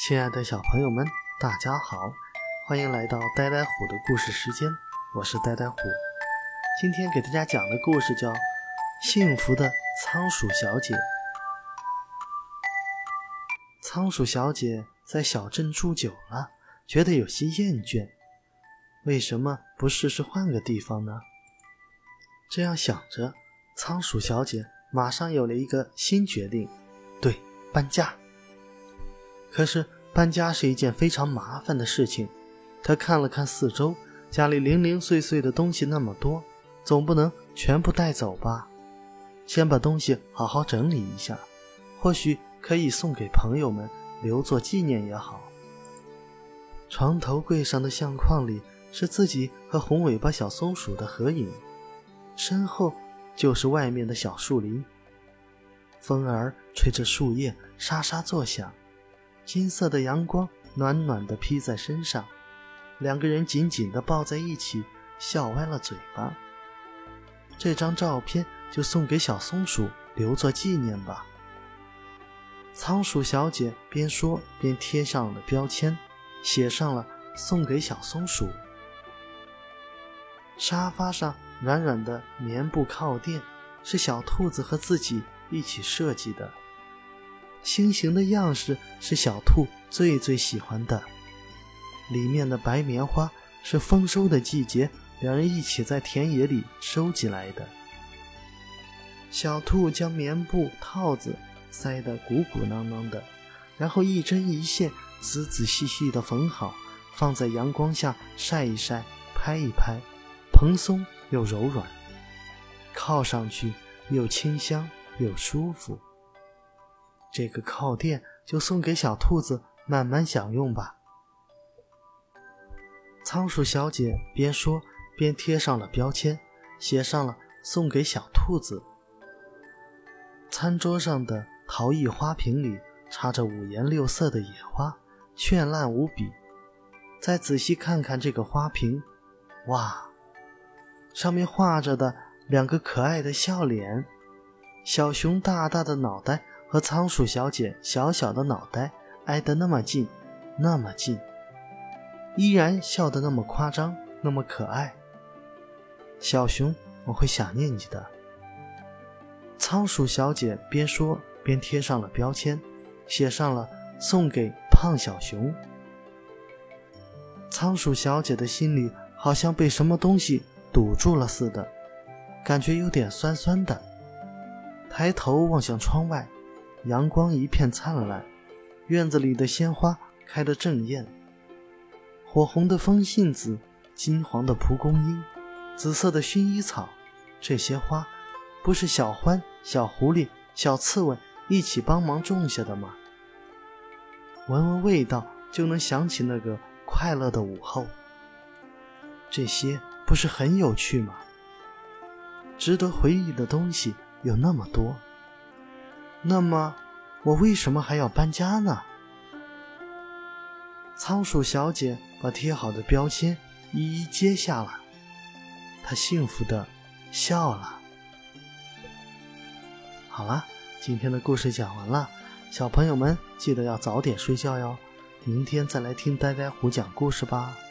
亲爱的小朋友们，大家好，欢迎来到呆呆虎的故事时间，我是呆呆虎。今天给大家讲的故事叫《幸福的仓鼠小姐》。仓鼠小姐在小镇住久了，觉得有些厌倦，为什么不试试换个地方呢？这样想着，仓鼠小姐马上有了一个新决定，对，搬家。可是搬家是一件非常麻烦的事情，她看了看四周，家里零零碎碎的东西那么多，总不能全部带走吧。先把东西好好整理一下，或许可以送给朋友们留作纪念也好。床头柜上的相框里是自己和红尾巴小松鼠的合影，身后就是外面的小树林，风儿吹着树叶沙沙作响，金色的阳光暖暖地披在身上，两个人紧紧地抱在一起，笑歪了嘴巴。这张照片就送给小松鼠留作纪念吧。仓鼠小姐边说边贴上了标签，写上了送给小松鼠。沙发上软软的棉布靠垫是小兔子和自己一起设计的，心形的样式是小兔最喜欢的，里面的白棉花是丰收的季节两人一起在田野里收集来的。小兔将棉布套子塞得鼓鼓囊囊的，然后一针一线仔仔细细地缝好，放在阳光下晒一晒，拍一拍，蓬松又柔软，靠上去又清香又舒服。这个靠垫就送给小兔子慢慢享用吧。仓鼠小姐边说边贴上了标签，写上了送给小兔子。餐桌上的陶艺花瓶里插着五颜六色的野花，绚烂无比。再仔细看看这个花瓶，哇，上面画着的两个可爱的笑脸，小熊大大的脑袋和仓鼠小姐小小的脑袋挨得那么近那么近，依然笑得那么夸张，那么可爱。小熊，我会想念你的。仓鼠小姐边说边贴上了标签，写上了送给胖小熊。仓鼠小姐的心里好像被什么东西堵住了似的，感觉有点酸酸的。抬头望向窗外，阳光一片灿烂，院子里的鲜花开得正艳，火红的风信子，金黄的蒲公英，紫色的薰衣草，这些花不是小獾、小狐狸、小刺猬一起帮忙种下的吗？闻闻味道就能想起那个快乐的午后。这些不是很有趣吗？值得回忆的东西有那么多，那么我为什么还要搬家呢？仓鼠小姐把贴好的标签一一揭下了，她幸福地笑了。好了，今天的故事讲完了，小朋友们记得要早点睡觉哟，明天再来听呆呆虎讲故事吧。